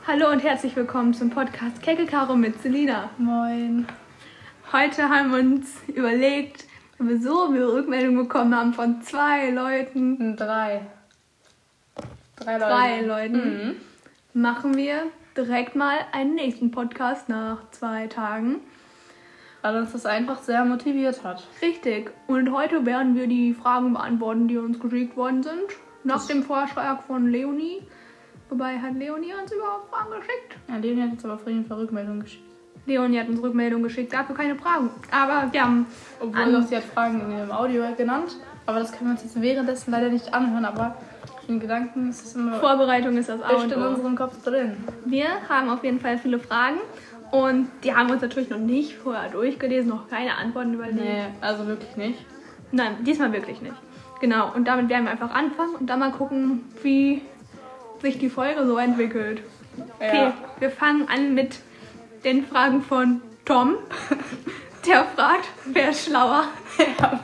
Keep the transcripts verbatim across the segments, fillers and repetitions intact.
Hallo und herzlich willkommen zum Podcast Kekekaro mit Selina. Moin. Heute haben wir uns überlegt, wenn wir so viele Rückmeldungen bekommen haben von zwei Leuten. Drei. Drei Leute. Drei Leuten. Mhm. Machen wir direkt mal einen nächsten Podcast nach zwei Tagen. Weil uns das einfach sehr motiviert hat. Richtig. Und heute werden wir die Fragen beantworten, die uns geschickt worden sind. Nach Das dem Vorschlag von Leonie. Wobei hat Leonie uns überhaupt Fragen geschickt? Ja, Leonie hat uns aber vorhin eine Rückmeldung geschickt. Leonie hat uns Rückmeldung geschickt, dafür keine Fragen. Aber wir haben... Obwohl an- doch, sie hat Fragen in ihrem Audio genannt. Aber das können wir uns jetzt währenddessen leider nicht anhören. Aber in Gedanken ist es immer Vorbereitung ist das echt in Auto. unserem Kopf drin. Wir haben auf jeden Fall viele Fragen und die haben wir uns natürlich noch nicht vorher durchgelesen, noch keine Antworten überlegt. Nee, also wirklich nicht. Nein, diesmal wirklich nicht. Genau, und damit werden wir einfach anfangen und dann mal gucken, wie sich die Folge so entwickelt. Okay, Ja. wir fangen an mit den Fragen von Tom. Der fragt, wer ist schlauer? Ja,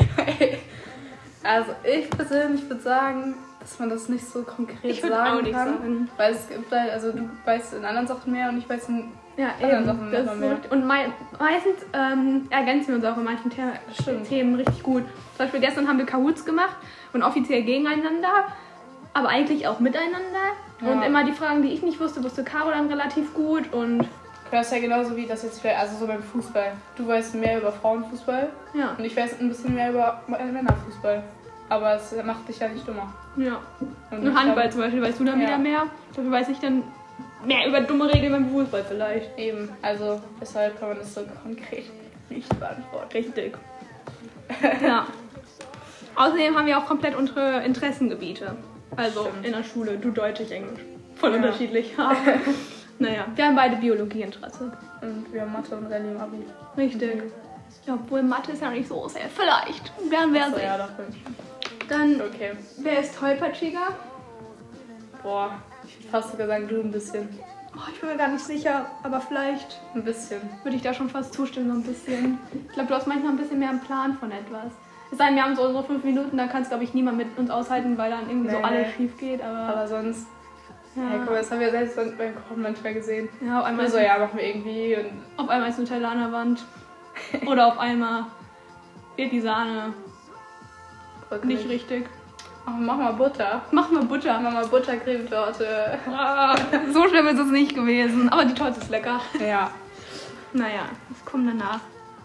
also ich persönlich würde sagen, dass man das nicht so konkret Ich würd sagen auch nicht kann. sagen. Weil es gibt halt, also du weißt in anderen Sachen mehr und ich weiß in Ja, anderen eben. Sachen Das noch ist mehr. so, und mei meistens ähm, ergänzen wir uns auch in manchen The Stimmt. Themen richtig gut. Zum Beispiel gestern haben wir Kahoots gemacht und offiziell gegeneinander, aber eigentlich auch miteinander. Ja. Und immer die Fragen, die ich nicht wusste, wusste Caro dann relativ gut. Und Das ist ja genauso wie das jetzt vielleicht, also so beim Fußball. Du weißt mehr über Frauenfußball ja, und ich weiß ein bisschen mehr über Männerfußball. Aber es macht dich ja nicht dummer. ja. Und Und ich Handball glaub, zum Beispiel weißt du dann Ja. wieder mehr. Dafür weiß ich dann mehr über dumme Regeln beim Fußball vielleicht. Eben, also deshalb kann man das so konkret nicht beantworten. Richtig. Ja. Außerdem haben wir auch komplett unsere Interessengebiete. Also Stimmt. in der Schule, du Deutsch, ich Englisch. Voll Ja. unterschiedlich. Naja, wir haben beide Biologieinteresse. Und wir haben Mathe und Rallye im Abi. Richtig. Ja, obwohl Mathe ist ja nicht so sehr. Vielleicht. Werden wir So, sehen. ja, doch. Dann, Okay. wer ist tollpatschiger? Boah, ich hätte fast sogar sagen, du ein bisschen. Oh, ich bin mir gar nicht sicher, aber vielleicht Ein bisschen. würde ich da schon fast zustimmen, so ein bisschen. Ich glaube, du hast manchmal ein bisschen mehr einen Plan von etwas. Es sei denn, wir haben so unsere fünf Minuten, dann kann es, glaube ich, niemand mit uns aushalten, weil dann irgendwie so Nee, alles nee. schief geht. Aber, Aber sonst, ja. ja. Hey, guck mal, das haben wir selbst beim Kochen manchmal gesehen. Ja, auf einmal, Also ist, ja, machen wir irgendwie und auf einmal ist ein Teller an der Wand. Oder auf einmal wird die Sahne nicht richtig. Ach, mach mal Butter. Machen wir Butter. Mach mal Buttercremetorte. Ah, so schlimm ist es nicht gewesen. Aber die Torte ist lecker. Ja. Naja, das kommt danach.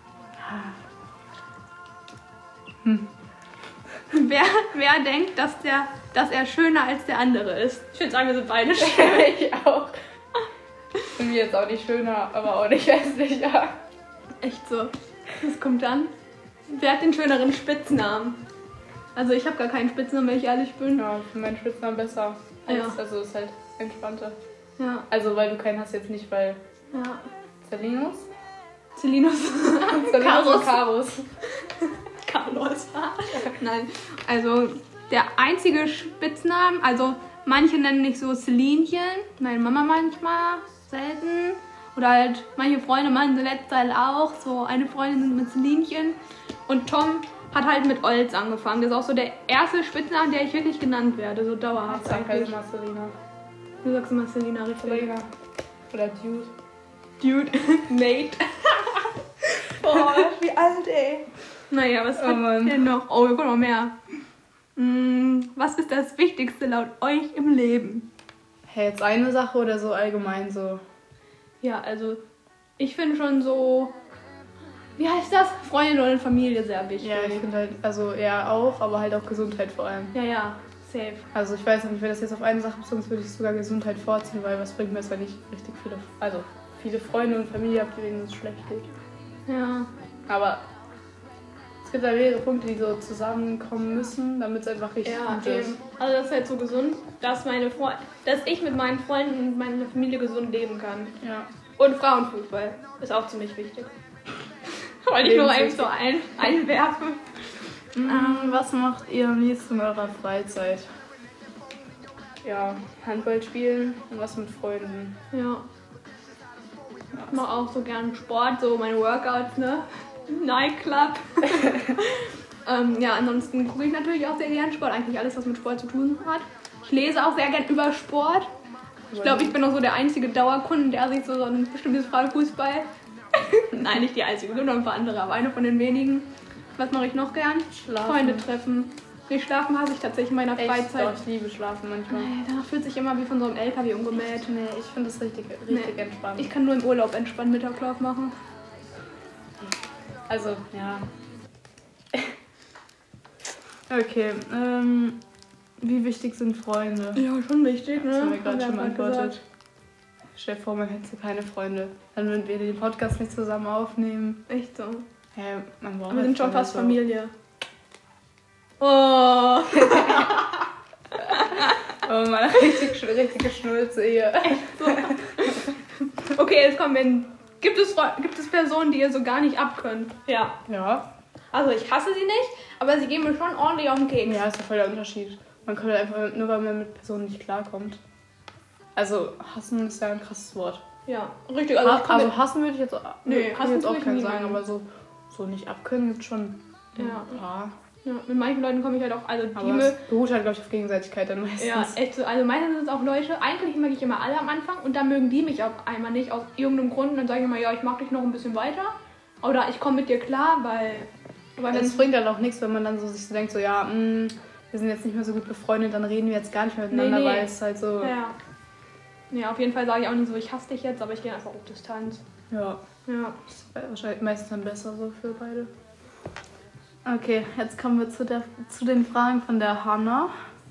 Hm. Wer, wer denkt, dass, der, dass er schöner als der andere ist? Ich würde sagen, wir sind beide schön. Ich auch. Bin mir jetzt auch nicht schöner, aber auch nicht hässlicher. Echt so. Das kommt dann. Wer hat den schöneren Spitznamen? Also ich habe gar keinen Spitznamen, wenn ich ehrlich bin. Ja, für meinen Spitznamen besser. Ja. Als, also ist halt entspannter. Ja, Also weil du keinen hast jetzt nicht, weil ja. Celinus? Celinus. Celinus Carus. und Carus. Carlos. Nein, also der einzige Spitzname, also manche nennen mich so Celinchen, meine Mama manchmal, selten. Oder halt manche Freunde machen sie letzte Zeit auch, so eine Freundin sind mit Celinchen. Und Tom hat halt mit Olz angefangen. Das ist auch so der erste Spitzname, der ich wirklich genannt werde, so dauerhaft Ich sag halt eigentlich. immer Selina. Du sagst immer Selina, richtig. Selina. Oder Dude. Dude, Nate. Boah, wie alt, ey. Naja, was Oh hat Mann. denn noch? Oh, wir kommen noch mehr. Hm, was ist das Wichtigste laut euch im Leben? Hey, jetzt eine Sache oder so allgemein so? Ja, also ich finde schon so, wie heißt das? Freunde und Familie sehr wichtig. Ja, ich finde halt, also ja auch, aber halt auch Gesundheit vor allem. ja, ja, safe. Also ich weiß nicht, wenn das jetzt auf eine Sache bezogen ist, würde ich sogar Gesundheit vorziehen, weil was bringt mir es, wenn ich richtig viele, also viele Freunde und Familie habe, denen es schlecht geht. Ja, Aber es gibt da mehrere Punkte, die so zusammenkommen müssen, damit es einfach richtig ja, gut ist. eben. Also das ist halt so gesund, dass meine Fre dass ich mit meinen Freunden und meiner Familie gesund leben kann. Ja. Und Frauenfußball ist auch ziemlich wichtig. Wollte ich nur eben so ein, einwerfen. Ähm, was macht ihr am liebsten in eurer Freizeit? Ja, Handball spielen und was mit Freunden. Ja. Ich mache auch so gern Sport, so meine Workouts, ne? Nightclub. ähm, ja, ansonsten gucke ich natürlich auch sehr gern Sport. Eigentlich alles, was mit Sport zu tun hat. Ich lese auch sehr gern über Sport. Ich glaube, ich bin noch so der einzige Dauerkunde, der sich so, so ein bestimmtes Frauenfußball... Nein, nicht die einzige, es gibt noch ein paar andere, aber eine von den wenigen. Was mache ich noch gern? Schlafen. Freunde treffen. Nee, schlafen hasse ich tatsächlich in meiner Echt? Freizeit. Doch, ich liebe Schlafen manchmal. Nee, danach fühlt sich immer wie von so einem L K W umgemäht. Nee, ich finde das richtig, richtig Nee. entspannt. Ich kann nur im Urlaub entspannt Mittagslauf machen. Also, ja. Okay, ähm, wie wichtig sind Freunde? Ja, schon wichtig, ne? Das haben wir Haben gerade wir schon grad beantwortet. gesagt. Stell dir vor, man hätte keine Freunde. Dann würden wir den Podcast nicht zusammen aufnehmen. Echt so. Hä, man braucht Aber wir halt sind schon Freunde fast so. Familie. Oh. Oh Mann, richtig, sch- richtige Schnulze hier. So. Okay, jetzt kommen wir in... Gibt es, Fre- gibt es Personen, die ihr so gar nicht abkönnt? Ja. Ja. Also ich hasse sie nicht, aber sie gehen mir schon ordentlich auf den Keks. Ja, ist ja voll der Unterschied. Man kann halt einfach, nur weil man mit Personen nicht klarkommt. Also, hassen ist ja ein krasses Wort. Ja, richtig. Also, ich Ha- komm also mit- hassen würde ich jetzt, Nee, kann hassen ich jetzt auch tue ich keinen niemanden. sagen, aber so, so nicht abkönnen gibt schon Ja. ein paar. ja, mit manchen Leuten komme ich halt auch... Also die Aber mir... es beruht halt, glaube ich, auf Gegenseitigkeit dann meistens. Ja, echt so. Also meistens sind es auch Leute, eigentlich mag ich immer alle am Anfang und dann mögen die mich auf einmal nicht aus irgendeinem Grund und dann sage ich immer, ja, ich mag dich noch ein bisschen weiter. Oder ich komme mit dir klar, weil... weil Es wenn, bringt halt auch nichts, wenn man dann so sich so denkt, so ja, mh, wir sind jetzt nicht mehr so gut befreundet, dann reden wir jetzt gar nicht mehr miteinander, Nee, nee. weil es halt so... ja. Ja, auf jeden Fall sage ich auch nicht so, ich hasse dich jetzt, aber ich gehe einfach auf Distanz. Ja, Ja. ist wahrscheinlich meistens dann besser so für beide. Okay, jetzt kommen wir zu, der, zu den Fragen von der Hanna.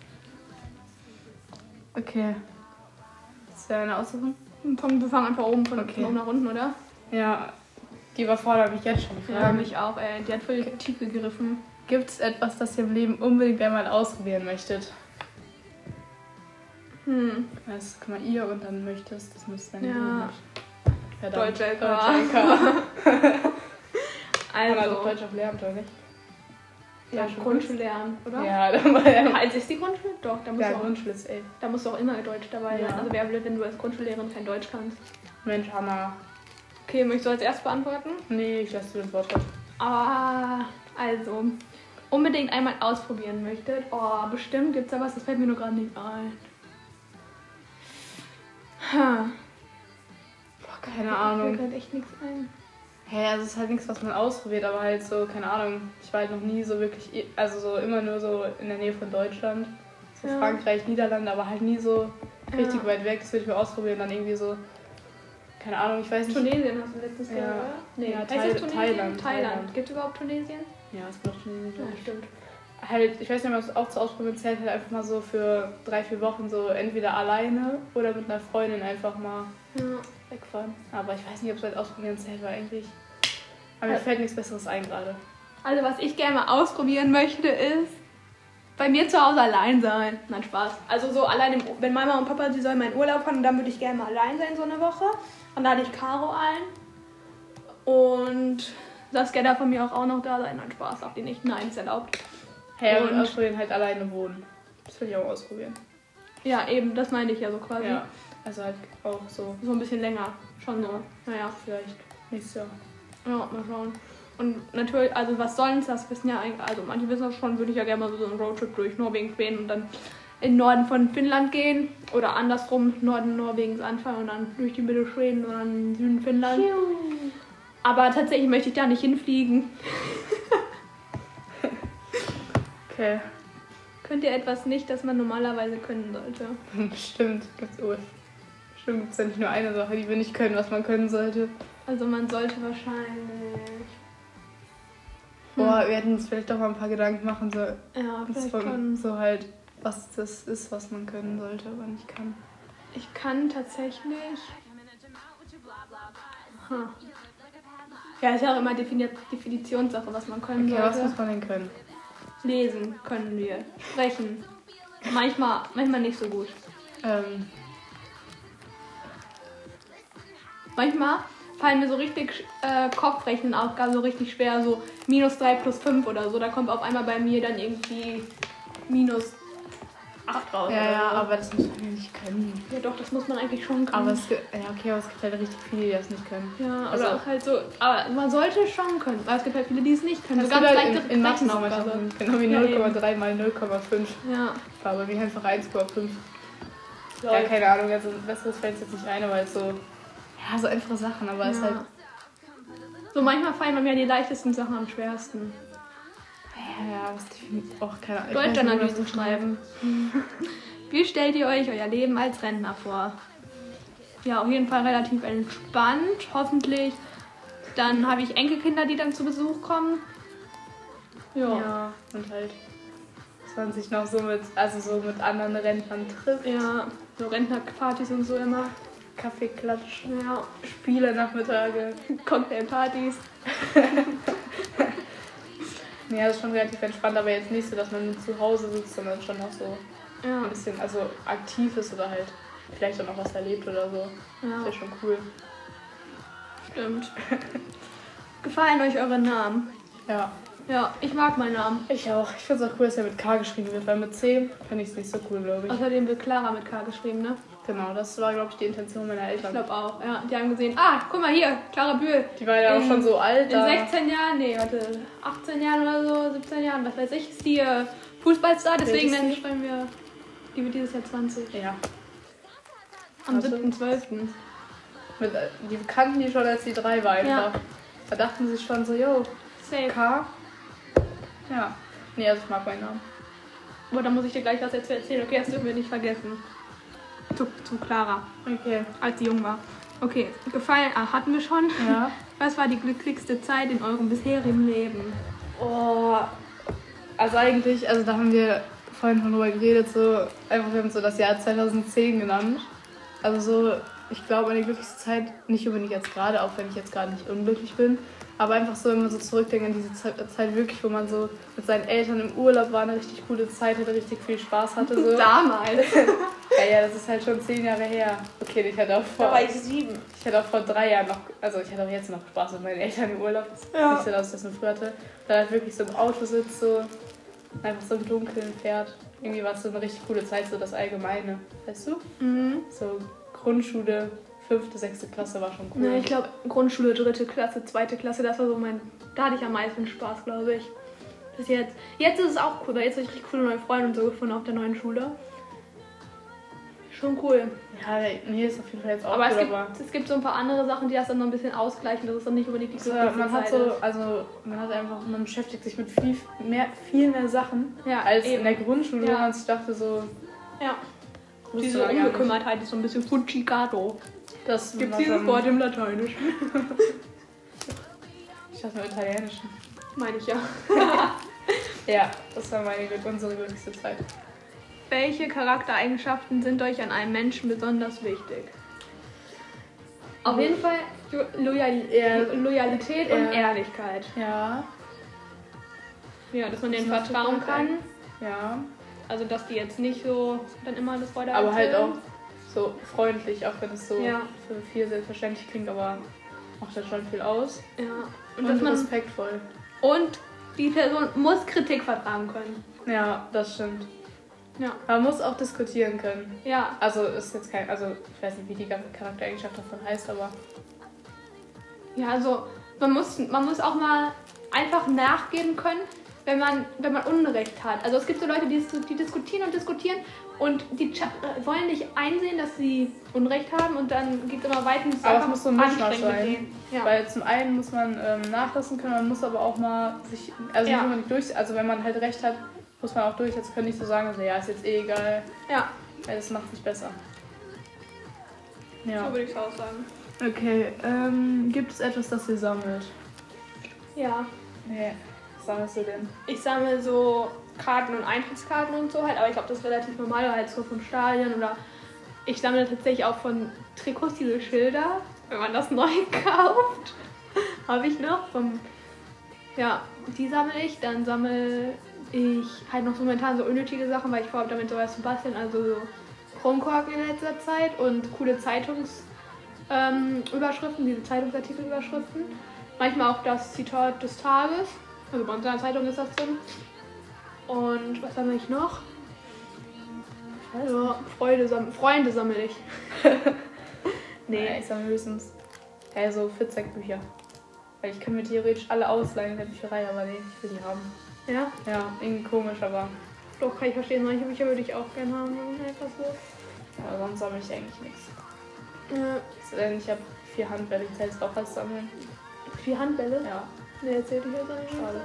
Okay. Ist ja eine aussuchen? Wir fangen, wir fangen einfach oben von, Okay. von oben nach unten, oder? Ja, die überfordert mich jetzt schon. Die Ja, Fragen. mich auch, ey. Die hat voll tief gegriffen. Gibt es etwas, das ihr im Leben unbedingt einmal ausprobieren möchtet? Hm. Das kann man ihr und dann möchtest, das müsste dann Ja. du nicht. Ja, dann. Deutsch L K. Deutsch L K. Also, Also Deutsch auf Lehramt, oder nicht? ja, Deutsch- Grundschule lernen, oder? Ja, dann war ja. Als ist die Grundschule? Doch, da musst, Ja, du, auch, Grundschule ist elf. da musst du auch immer Deutsch dabei Ja. sein. Also wäre blöd, wenn du als Grundschullehrerin kein Deutsch kannst. Mensch, Hanna. Okay, möchtest du als erst beantworten? Nee, ich lasse dir das Wort drauf. Ah, also, unbedingt einmal ausprobieren möchtet. Oh, bestimmt gibt's da was, das fällt mir nur gerade nicht ein. Ha. Boah, keine Mir Ahnung. fällt echt nichts ein. Hä, hey, also es ist halt nichts, was man ausprobiert, aber halt so, keine Ahnung. Ich war halt noch nie so wirklich, i- also so immer nur so in der Nähe von Deutschland. So Ja. Frankreich, Niederlande, aber halt nie so richtig Ja. weit weg. Das würde ich mal ausprobieren. Dann irgendwie so, keine Ahnung, ich weiß nicht. Tunesien hast du letztens Ja. gehört, oder? Nee, Ja, heißt Thai- es Tunesien? Thailand, Thailand. Thailand. Gibt es überhaupt Tunesien? Ja, es gibt auch Tunesien. Ja, stimmt. Halt, ich weiß nicht, was auch zu ausprobieren zählt, halt einfach mal so für drei, vier Wochen so entweder alleine oder mit einer Freundin einfach mal Ja. wegfahren. Aber ich weiß nicht, ob es halt ausprobieren zählt, weil eigentlich. Aber mir Ja. fällt nichts Besseres ein gerade. Also was ich gerne mal ausprobieren möchte ist, bei mir zu Hause allein sein. Nein, Spaß. Also so allein, im, wenn Mama und Papa, die sollen mal in Urlaub fahren, dann würde ich gerne mal allein sein, so eine Woche. Dann lade ich Caro ein. Und Saskia darf von mir auch, auch noch da sein. Nein, Spaß, darf die nicht. Nein, ist erlaubt. Hey, und Und- ausprobieren halt alleine wohnen. Das will ich auch ausprobieren. Ja, eben, das meinte ich ja so quasi. Ja. Also halt auch so, So ein bisschen länger. Schon so. Naja, vielleicht nächstes Jahr. ja, mal schauen. Und natürlich, also was sonst, das wissen ja eigentlich, also manche wissen das schon, würde ich ja gerne mal so einen Roadtrip durch Norwegen, Schweden und dann in den Norden von Finnland gehen. Oder andersrum, Norden Norwegens anfangen und dann durch die Mitte Schweden und dann Süden Finnland. Aber tatsächlich möchte ich da nicht hinfliegen. Okay. Könnt ihr etwas nicht, das man normalerweise können sollte? Bestimmt gibt's oh, Bestimmt gibt's ja nicht nur eine Sache, die wir nicht können, was man können sollte. Also man sollte wahrscheinlich... Boah, wir hätten uns vielleicht doch mal ein paar Gedanken machen sollen. Ja, Und vielleicht von schon. so halt, was das ist, was man können sollte, aber nicht kann. Ich kann tatsächlich... Hm. Ja, ist ja auch immer Defini- Definitionssache, was man können Okay, was sollte. muss man denn können? Lesen können wir. Sprechen. Manchmal, manchmal nicht so gut. Ähm, Manchmal fallen mir so richtig äh, Kopfrechenaufgaben so richtig schwer, so minus drei plus fünf oder so. Da kommt auf einmal bei mir dann irgendwie minus acht raus. ja, oder ja, so. aber das muss man ja nicht können. Ja doch, das muss man eigentlich schon können. Aber es gibt, ja, okay, aber es gibt halt richtig viele, die das nicht können. ja, also- oder halt so, aber man sollte es schon können, weil es gibt halt viele, die es nicht können. Das So gibt ganz halt leichte in, in Mathe so manchmal Rechenaufgabe. genau wie Ja, null Komma drei mal null Komma fünf. Ja, War bei mir einfach eins Komma fünf. Ja, keine Ahnung, also besseres fällt jetzt nicht ein, aber halt so, ja, so einfache Sachen, aber es Ja. ist halt, So manchmal fallen mir die leichtesten Sachen am schwersten. ja, ja, was definitiv auch keine Ahnung. Deutschanalysen schreiben. Wie stellt ihr euch euer Leben als Rentner vor? Ja, auf jeden Fall relativ entspannt, hoffentlich. Dann habe ich Enkelkinder, die dann zu Besuch kommen. Ja. Ja, und halt, dass man sich noch so mit, also so mit anderen Rentnern trifft. Ja, so Rentnerpartys und so immer. Kaffeeklatsch, Ja, Spiele, Nachmittage. Cocktailpartys. Ja, das ist schon relativ entspannt, aber jetzt nicht so, dass man nur zu Hause sitzt, sondern schon noch so Ja, ein bisschen, also aktiv ist oder halt vielleicht auch noch was erlebt oder so. Das ja, wäre schon cool. stimmt. Gefallen euch eure Namen? Ja, Ja, ich mag meinen Namen. ich auch. Ich finde es auch cool, dass er mit K geschrieben wird, weil mit C finde ich es nicht so cool, glaube ich. Außerdem wird Clara mit K geschrieben, ne? Genau, das war, glaube ich, die Intention meiner Ich Eltern. glaube auch, ja. Die haben gesehen, ah, guck mal hier, Clara Bühl. Die war ja auch In- schon so alt. In da. sechzehn Jahren, nee, warte, achtzehn Jahren oder so, siebzehn Jahren, was weiß ich, ist die äh, Fußballstar, deswegen ist dann die? schreiben wir, die wird dieses Jahr zwanzig. Ja. Am Warte. siebten zwölften Mit, äh, die kannten die schon, als die drei war einfach. Ja. Da dachten sie schon so, yo, Safe. K. Ja. Nee, also ich mag meinen Namen. Aber da muss ich dir gleich was jetzt erzählen. Okay, das dürfen wir nicht vergessen. Zu, zu Clara, Okay. als sie jung war. Okay, gefallen, ah, hatten wir schon. Ja. Was war die glücklichste Zeit in eurem bisherigen Leben? Oh, also eigentlich, also da haben wir vorhin schon drüber geredet, so, einfach wir haben so das Jahr zweitausendzehn genannt. Also so, ich glaube, meine glücklichste Zeit, nicht unbedingt jetzt gerade, auch wenn ich jetzt gerade nicht unglücklich bin, aber einfach so, wenn man so zurückdenkt an diese Zeit, Zeit wirklich, wo man so mit seinen Eltern im Urlaub war, eine richtig coole Zeit hatte, richtig viel Spaß hatte. So. Damals. Ja, ja, das ist halt schon zehn Jahre her. Okay, ich hatte auch vor, sieben. ich hatte auch vor drei Jahren noch, also ich hatte auch jetzt noch Spaß mit meinen Eltern im Urlaub. Das ist Ja. nicht so, dass ich das nur früher hatte. Da halt wirklich so im Auto sitzt, so einfach so im Dunkeln fährt. Irgendwie war es so eine richtig coole Zeit, so das Allgemeine. Weißt du? Mhm. So Grundschule, fünfte, sechste Klasse war schon cool. Ne, ich glaube Grundschule, dritte Klasse, zweite Klasse, das war so mein, da hatte ich am meisten Spaß, glaube ich. Bis jetzt. Jetzt ist es auch cool, weil jetzt habe ich richtig coole neue Freunde und so gefunden auf der neuen Schule. Schon cool. Ja, nee, ist auf jeden Fall jetzt auch Aber es cool, gibt, aber es gibt so ein paar andere Sachen, die das dann noch ein bisschen ausgleichen, dass es dann nicht unbedingt die so, glücklichste man hat Zeit so, ist. also man hat einfach, man beschäftigt sich mit viel mehr, viel mehr Sachen Ja, als eben. in der Grundschule, Ja. wo man sich dachte so, Ja, wusste diese man gar nicht. Unbekümmertheit ist so ein bisschen Fujigato. Das Gibt war es dieses schon- Wort im Lateinischen? Ich dachte nur Italienischen. Meine ich ja. Ja, das war meine, unsere glücklichste Zeit. Welche Charaktereigenschaften sind euch an einem Menschen besonders wichtig? Auf jeden Fall Jo- Loyal Ja. Loyalität Ja. und Ehrlichkeit. Ja, Ja, dass man denen Das ist vertrauen super. kann. ja. Also, dass die jetzt nicht so dann immer das Freude Aber halt erzählen. auch so freundlich, auch wenn es so Ja. für viel selbstverständlich klingt, aber macht halt schon viel aus. Ja. Und, Und, dass man, respektvoll. und die Person muss Kritik vertragen können. Ja, das stimmt. Ja. Man muss auch diskutieren können. Ja. Also ist jetzt kein, also ich weiß nicht, wie die Charaktereigenschaft davon heißt, aber Ja, also man muss, man muss auch mal einfach nachgeben können, wenn man, wenn man Unrecht hat. Also es gibt so Leute, die, die diskutieren und diskutieren und die cha- wollen nicht einsehen, dass sie Unrecht haben und dann geht es immer weiter. und es ist Aber es einfach muss so ein Mischmasch anstrengend mit sein. denen. Ja. weil zum einen muss man ähm, nachlassen können, man muss aber auch mal sich, also Ja. nicht unbedingt durch, also wenn man halt recht hat, muss man auch durch. Jetzt können nicht so sagen, so, ja, ist jetzt eh egal, ja, weil das macht es nicht besser. Ja. so würde ich es auch sagen. Okay, ähm, gibt es etwas, das ihr sammelt? Ja, Nee. Was sammelst du denn? ich sammle so Karten und Eintrittskarten und so halt, aber ich glaube, das ist relativ normal, halt so vom Stadion oder ich sammle tatsächlich auch von Trikots diese Schilder, wenn man das neu kauft. Habe ich noch vom, ja, die sammle ich, dann sammle ich halt noch so momentan so unnötige Sachen, weil ich vorhabe damit sowas zu basteln, also so Kronkorken in letzter Zeit und coole Zeitungsüberschriften, ähm, Überschriften, diese Zeitungsartikelüberschriften. Manchmal auch das Zitat des Tages, also bei unserer Zeitung ist das drin. Und was sammle ich noch? Ja, Freude samm Freunde sammle ich. Nee, nee. ich sammle höchstens ja, so Fitzek-Bücher. Weil ich kann mir theoretisch alle ausleihen in der Bücherei, aber nee, ich will die haben. Ja, Ja, irgendwie komisch, aber doch, kann ich verstehen. Manche Bücher würde ich auch gerne haben. Einfach so. Aber sonst sammle ich eigentlich nichts. Ja. Denn ich habe vier Handbälle, ich zähle es auch als Sammeln. Vier Handbälle? Ja. Ne, erzählt ich jetzt auch nicht. Schade.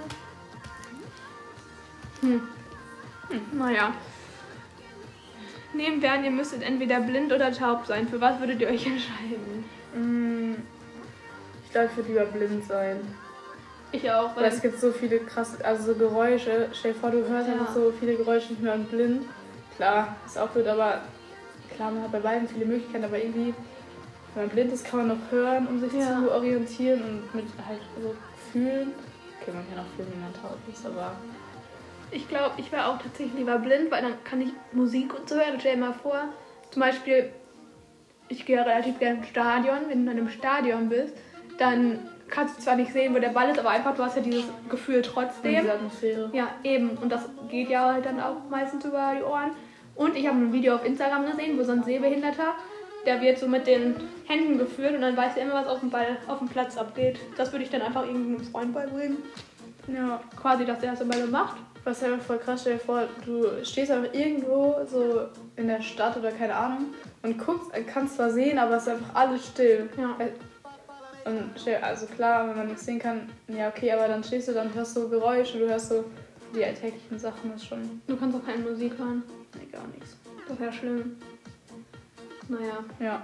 Hm. Hm. Naja. Nehmen wir an, ihr müsstet entweder blind oder taub sein. Für was würdet ihr euch entscheiden? Mm, Ich glaube, ich würde lieber blind sein. Ich auch. Weil es gibt so viele krasse, also so Geräusche. Stell dir vor, du hörst Ja. einfach so viele Geräusche nicht mehr und blind. Klar, ist auch gut, aber klar, man hat bei beiden viele Möglichkeiten, aber irgendwie, wenn man blind ist, kann man noch hören, um sich Ja. zu orientieren und mit halt so fühlen. Okay, man kann auch fühlen, wenn man taub ist, aber Ich glaube, ich wäre auch tatsächlich lieber blind, weil dann kann ich Musik und so hören. Stell dir mal vor, zum Beispiel, ich gehe relativ gerne ins Stadion. Wenn du in einem Stadion bist, dann kannst du zwar nicht sehen, wo der Ball ist, aber einfach, du hast ja dieses Gefühl trotzdem. diese Atmosphäre. Ja, eben. Und das geht ja halt dann auch meistens über die Ohren. Und ich habe ein Video auf Instagram gesehen, wo so ein Sehbehinderter, der wird so mit den Händen geführt und dann weiß er immer, was auf dem Ball, auf dem Platz abgeht. Das würde ich dann einfach irgendeinem Freund beibringen. Ja. Quasi, dass der das immer so macht. Was halt voll krass, stell dir vor, du stehst einfach irgendwo so in der Stadt oder keine Ahnung und guckst, kannst zwar sehen, aber es ist einfach alles still. Ja. Und stell, also klar, wenn man nichts sehen kann, ja okay, aber dann stehst du da und hörst so Geräusche, du hörst so die alltäglichen Sachen, das ist schon Du kannst auch keine Musik hören. nee, gar nichts. Das wäre schlimm. Naja. Ja.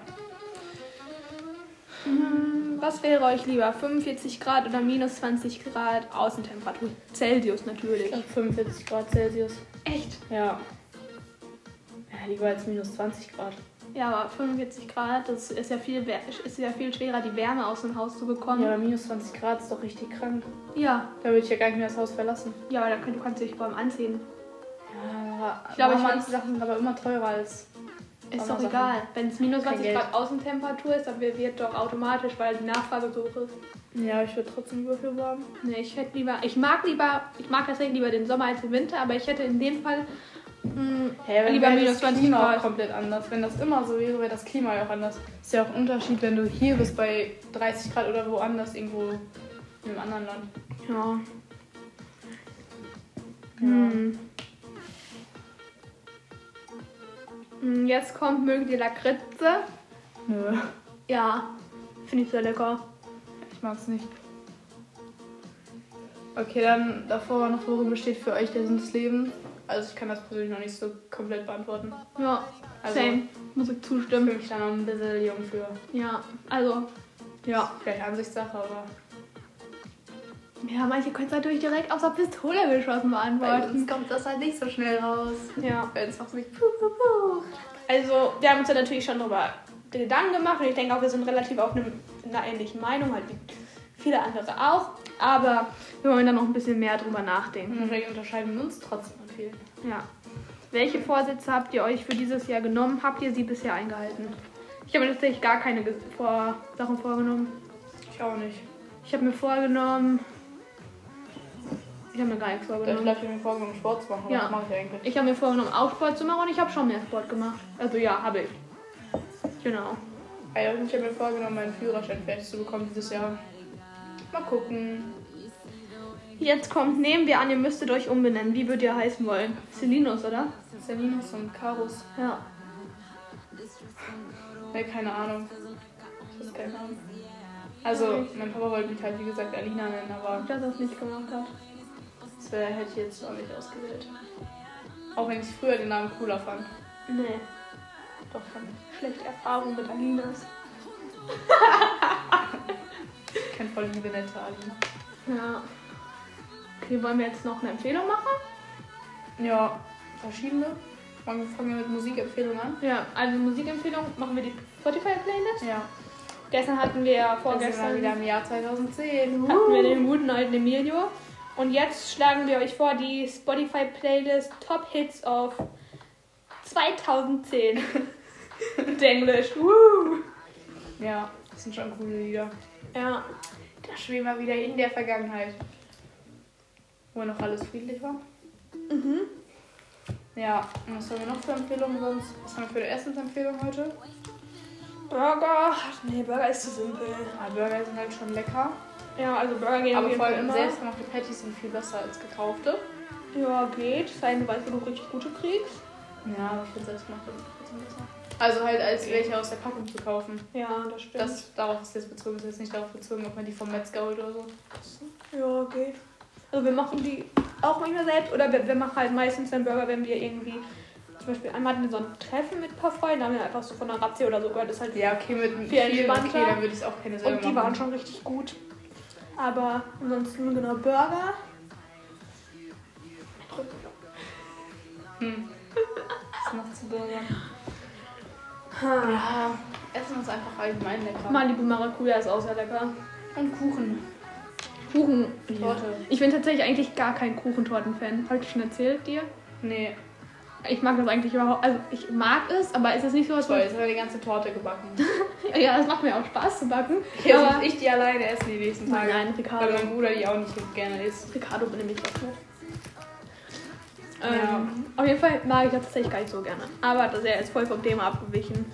Hm, Was wäre euch lieber? fünfundvierzig Grad oder minus zwanzig Grad Außentemperatur? Celsius natürlich. Ich glaube fünfundvierzig Grad Celsius. Echt? Ja. Ja, lieber als minus zwanzig Grad. Ja, aber fünfundvierzig Grad, das ist ja viel, wär- ist ja viel schwerer, die Wärme aus dem Haus zu bekommen. Ja, aber minus zwanzig Grad ist doch richtig krank. Ja, Da würde ich ja gar nicht mehr das Haus verlassen. ja, aber da kann, du kannst dich vor allem anziehen. Ja, aber Ich glaube, ich manche Sachen sind aber immer teurer als. Ist doch Sachen. egal. Wenn es minus Kein zwanzig Geld. Grad Außentemperatur ist, dann wird doch automatisch, weil die Nachfrage so hoch ist. Ja, ich würde trotzdem lieber für warm. Nee, ich hätte lieber, ich mag lieber, ich mag tatsächlich lieber den Sommer als den Winter, aber ich hätte in dem Fall mh, Hey, wenn lieber wäre minus das zwanzig Klima auch Grad. komplett anders. Wenn das immer so wäre, wäre das Klima ja auch anders. Ist ja auch ein Unterschied, wenn du hier bist bei dreißig Grad oder woanders irgendwo in einem anderen Land. Ja. Ja. Hm. Hm, Jetzt kommt, mögt ihr Lakritze? Nö, Ja, finde ich sehr lecker. ich mag's nicht. Okay, dann davor noch, worin besteht für euch der Sinn des Lebens? Also ich kann das persönlich noch nicht so komplett beantworten. Ja, Also, same. Muss ich Ich zustimmen. fühle mich da noch ein bisschen jung für. Ja, also, ja. Vielleicht Ansichtssache, aber Ja, manche können es natürlich direkt aus der Pistole geschossen bei uns beantworten. kommt das halt nicht so schnell raus. Ja. Wenn es auch so nicht puh, puh, puh. Also, wir haben uns ja natürlich schon darüber Gedanken gemacht und ich denke auch, wir sind relativ auf einem, einer ähnlichen Meinung, halt wie viele andere auch. Aber wir wollen dann noch ein bisschen mehr drüber nachdenken. Und wahrscheinlich unterscheiden wir uns trotzdem an vielen. Ja. Welche Vorsätze habt ihr euch für dieses Jahr genommen? Habt ihr sie bisher eingehalten? Ich habe mir tatsächlich gar keine Ge- vor Sachen vorgenommen. Ich auch nicht. Ich habe mir vorgenommen. Ich habe mir gar nichts Ich glaube, vorgenommen. ich habe mir vorgenommen, Sport zu machen, aber Ja. das mache ich eigentlich. Ich habe mir vorgenommen, auch Sport zu machen und ich habe schon mehr Sport gemacht. Also ja, habe ich. Genau. Also ich habe mir vorgenommen, meinen Führerschein fertig zu bekommen dieses Jahr. Mal gucken. Jetzt kommt, nehmen wir an, ihr müsstet euch umbenennen. Wie würdet ihr heißen wollen? Celinus, oder? Celinus und Karus. Ja. Ne, keine Ahnung. Ich habe keine Ahnung. Also, mein Papa wollte mich halt, wie gesagt, Alina nennen, aber Dass er es nicht gemacht hat. das wär, hätte ich jetzt auch nicht ausgewählt. Auch wenn ich früher den Namen cooler fand. Nee. Doch, fand ich. Schlechte Erfahrung mit Alinas. Ich kenne voll liebe nette Alina. Ja. Okay, wollen wir jetzt noch eine Empfehlung machen? Ja, verschiedene. Fangen fangen wir mit Musikempfehlungen an. Ja, also Musikempfehlung machen wir die Spotify-Playlist. Ja. Gestern hatten wir, Vorgestern vorgestern wieder im Jahr zweitausendzehn. hatten wir den guten alten Emilio. Und jetzt schlagen wir euch vor die Spotify-Playlist Top Hits of zweitausendzehn. Mit Englisch. Woo! Ja, das sind schon coole Lieder. Ja. Da schweben wir wieder in der Vergangenheit. Wo noch alles friedlich war. Mhm. Ja, und was haben wir noch für Empfehlungen sonst? Was haben wir für eine Essensempfehlung heute? Burger. Ach nee, Burger ist zu simpel. Ja, Burger sind halt schon lecker. Ja, also Burger gehen Aber auf jeden vor Fall allem immer. selbstgemachte Patties sind viel besser als gekaufte. Ja, geht. Sei denn, du weißt, wo du richtig gute kriegst. Ja, aber ich finde selbstgemachte trotzdem besser. Also halt als welche aus der Packung zu kaufen. Ja, das stimmt. Das, darauf ist jetzt bezogen, ist jetzt nicht darauf bezogen, ob man die vom Metzger holt oder so. Ja, geht. Also wir machen die auch manchmal selbst oder wir, wir machen halt meistens den Burger, wenn wir irgendwie, zum Beispiel einmal hatten wir so ein Treffen mit ein paar Freunden, da haben wir einfach so von der Razzia oder so gehört, das ist halt Ja, okay, mit einem viel okay, entspannter. dann würde ich es auch keine selber Und die machen. waren schon richtig gut. Aber ansonsten genau Burger. Hm. Was noch zu Burgern? Ha. Ja, Essen ist einfach allgemein lecker. Malibu Maracuja ist auch sehr lecker. Und Kuchen. Kuchen. Torte. Ich bin tatsächlich eigentlich gar kein Kuchentorten-Fan. Habe ich schon erzählt dir? Nee, Ich mag das eigentlich überhaupt. Also ich mag es, aber es ist nicht so was. toll, jetzt haben wir die ganze Torte gebacken. Ja, es macht mir auch Spaß zu backen. Jetzt aber muss ich die alleine essen die nächsten Tage. Nein, Weil Ricardo. mein Bruder die auch nicht so gerne isst. Ricardo nehme ich was mit. Ja. Ähm, auf jeden Fall mag ich das tatsächlich gar nicht so gerne. Aber das ist ja jetzt voll vom Thema abgewichen.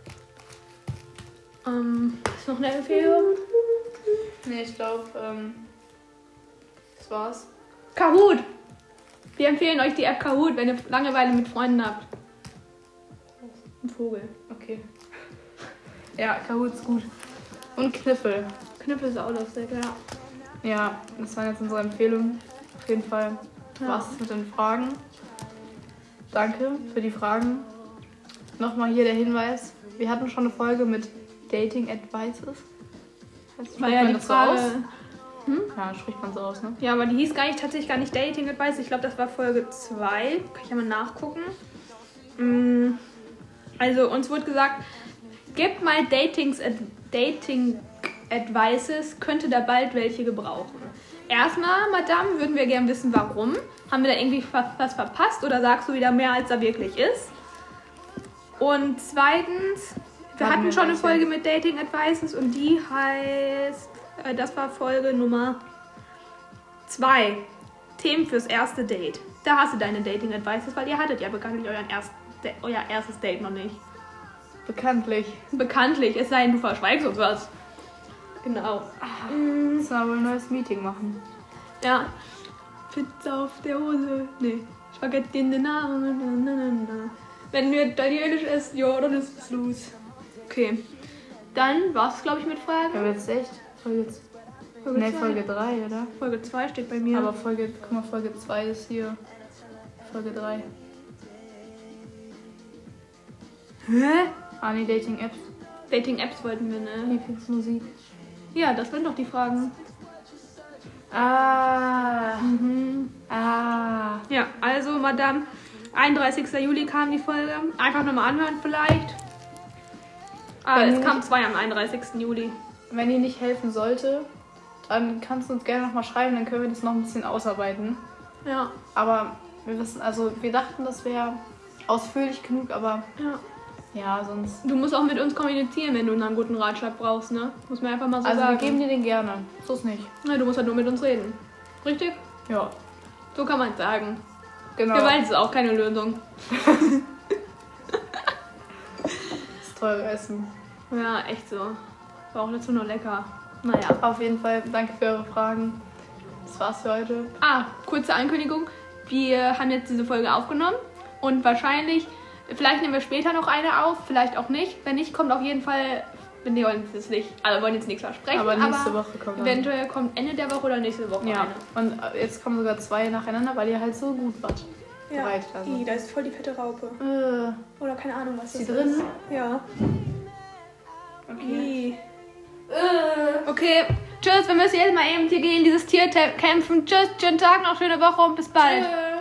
Ähm, ist noch eine Empfehlung? Nee, ich glaube, ähm, das war's. Kahoot! Wir empfehlen euch die App Kahoot, wenn ihr Langeweile mit Freunden habt. Ein Vogel. Okay. Ja, Kahoot ist gut. Und Kniffel. Knüppel ist auch lustig, ja. Ja, das waren jetzt unsere Empfehlungen. Auf jeden Fall Ja. war's es mit den Fragen. Danke für die Fragen. Nochmal hier der Hinweis. Wir hatten schon eine Folge mit Dating Advices. Heißt, War spricht ja man die das so Frage. aus? Ja, spricht man so aus, ne? Ja, aber die hieß gar nicht, tatsächlich gar nicht Dating Advice. Ich glaube, das war Folge zwei. Kann ich ja mal nachgucken. Mm, Also, uns wurde gesagt, gebt mal Datings, Ad- Dating Advices, könnte da bald welche gebrauchen. Erstmal, Madame, würden wir gerne wissen, warum. Haben wir da irgendwie was, was verpasst oder sagst du wieder mehr, als da wirklich ist? Und zweitens, wir Hatten hatten wir schon eine welche? Folge mit Dating Advices und die heißt, äh, das war Folge Nummer zwei. Themen fürs erste Date. Da hast du deine Dating Advices, weil ihr hattet ja bekanntlich euren erst, euer erstes Date noch nicht. Bekanntlich. Bekanntlich, es sei denn, du verschweigst uns was. Genau. Mm, Müssen wir wohl ein neues Meeting machen. ja. Pizza auf der Hose. Nee. Spaghetti in den Haaren. Na, na, na. Wenn du italienisch isst, ja, dann ist es los. Okay. Dann war's, glaube ich, mit Fragen. Ja, aber jetzt echt? Folge, Folge nee, zwei. Folge drei, oder? Folge zwei steht bei mir. Aber Folge, guck mal, Folge zwei ist hier. Folge drei. Hä? Ah, nee, Dating-Apps. Dating-Apps wollten wir, ne? Lieblingsmusik. Ja, das sind doch die Fragen. Ah. Mhm. Ah. Ja, also, Madame, einunddreißigster Juli kam die Folge. Einfach nochmal anhören vielleicht. Aber Wenn es ihr kam nicht- zwei am einunddreißigsten Juli. Wenn ihr nicht helfen sollte, dann kannst du uns gerne nochmal schreiben, dann können wir das noch ein bisschen ausarbeiten. Ja, Aber wir wissen, also wir dachten, das wäre ausführlich genug, aber ja. ja, sonst. Du musst auch mit uns kommunizieren, wenn du einen guten Ratschlag brauchst, ne? Muss man einfach mal so Also sagen. wir geben dir den gerne. So ist nicht. Na, du musst halt nur mit uns reden. Richtig? Ja, So kann man es sagen. genau. Gewalt ist auch keine Lösung. Das teure Essen. Ja, echt so. War auch dazu nur lecker. Naja. Auf jeden Fall, danke für eure Fragen. Das war's für heute. Ah, kurze Ankündigung. Wir haben jetzt diese Folge aufgenommen und wahrscheinlich, vielleicht nehmen wir später noch eine auf, vielleicht auch nicht. Wenn nicht, kommt auf jeden Fall, wir wollen jetzt nicht, also wir wollen jetzt nichts versprechen, Aber nächste aber Woche kommt dann. eventuell kommt Ende der Woche oder nächste Woche Ja, eine. und jetzt kommen sogar zwei nacheinander, weil ihr halt so gut wart. Ja, Bereit, also. Ih, da ist voll die fette Raupe. Äh, Oder keine Ahnung, was Ist das die drin? ist. Ja. okay. Ih. Okay, tschüss, wir müssen jetzt mal eben hier gegen dieses Tier kämpfen. Tschüss, schönen Tag noch, schöne Woche und bis bald. Tschüss.